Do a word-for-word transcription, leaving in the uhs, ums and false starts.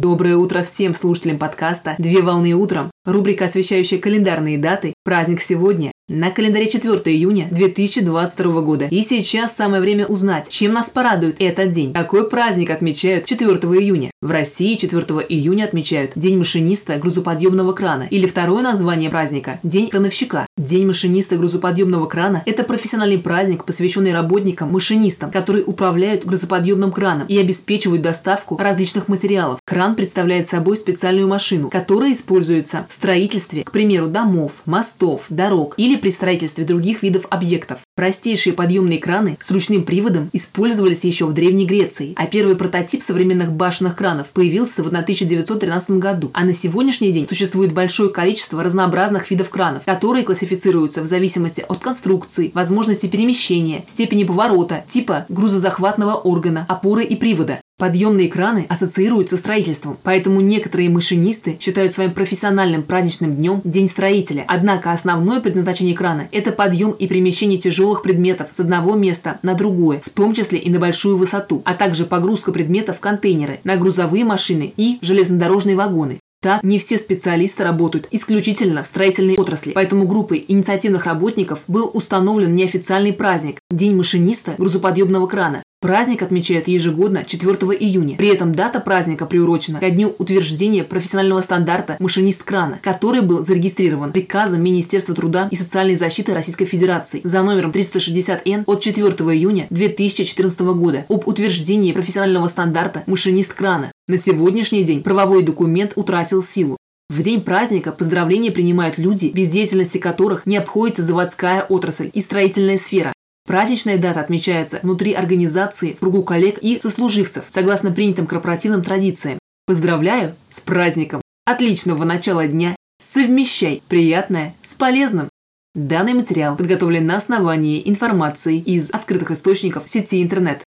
Доброе утро всем слушателям подкаста «Две волны утром». Рубрика, освещающая календарные даты. Праздник сегодня. На календаре четвёртого июня две тысячи двадцать второго года. И сейчас самое время узнать, чем нас порадует этот день. Какой праздник отмечают четвёртого июня? В России четвёртого июня отмечают День машиниста грузоподъемного крана. Или второе название праздника – День крановщика. День машиниста грузоподъемного крана – это профессиональный праздник, посвященный работникам-машинистам, которые управляют грузоподъемным краном и обеспечивают доставку различных материалов. Кран представляет собой специальную машину, которая используется в строительстве, к примеру, домов, мостов, дорог или при строительстве других видов объектов. Простейшие подъемные краны с ручным приводом использовались еще в Древней Греции, а первый прототип современных башенных кранов появился в тысяча девятьсот тринадцатом году. А на сегодняшний день существует большое количество разнообразных видов кранов, которые классифицируются в зависимости от конструкции, возможности перемещения, степени поворота, типа грузозахватного органа, опоры и привода. Подъемные краны ассоциируются с строительством, поэтому некоторые машинисты считают своим профессиональным праздничным днем День строителя. Однако основное предназначение крана – это подъем и перемещение тяжелых предметов с одного места на другое, в том числе и на большую высоту, а также погрузка предметов в контейнеры, на грузовые машины и железнодорожные вагоны. Так, не все специалисты работают исключительно в строительной отрасли, поэтому группой инициативных работников был установлен неофициальный праздник – День машиниста грузоподъемного крана. Праздник отмечают ежегодно четвёртого июня. При этом дата праздника приурочена ко дню утверждения профессионального стандарта «Машинист крана», который был зарегистрирован приказом Министерства труда и социальной защиты Российской Федерации за номером триста шестьдесят эн от четвёртого июня две тысячи четырнадцатого года об утверждении профессионального стандарта «Машинист крана». На сегодняшний день правовой документ утратил силу. В день праздника поздравления принимают люди, без деятельности которых не обходится заводская отрасль и строительная сфера. Праздничная дата отмечается внутри организации, в кругу коллег и сослуживцев, согласно принятым корпоративным традициям. Поздравляю с праздником! Отличного начала дня! Совмещай приятное с полезным! Данный материал подготовлен на основании информации из открытых источников сети интернет.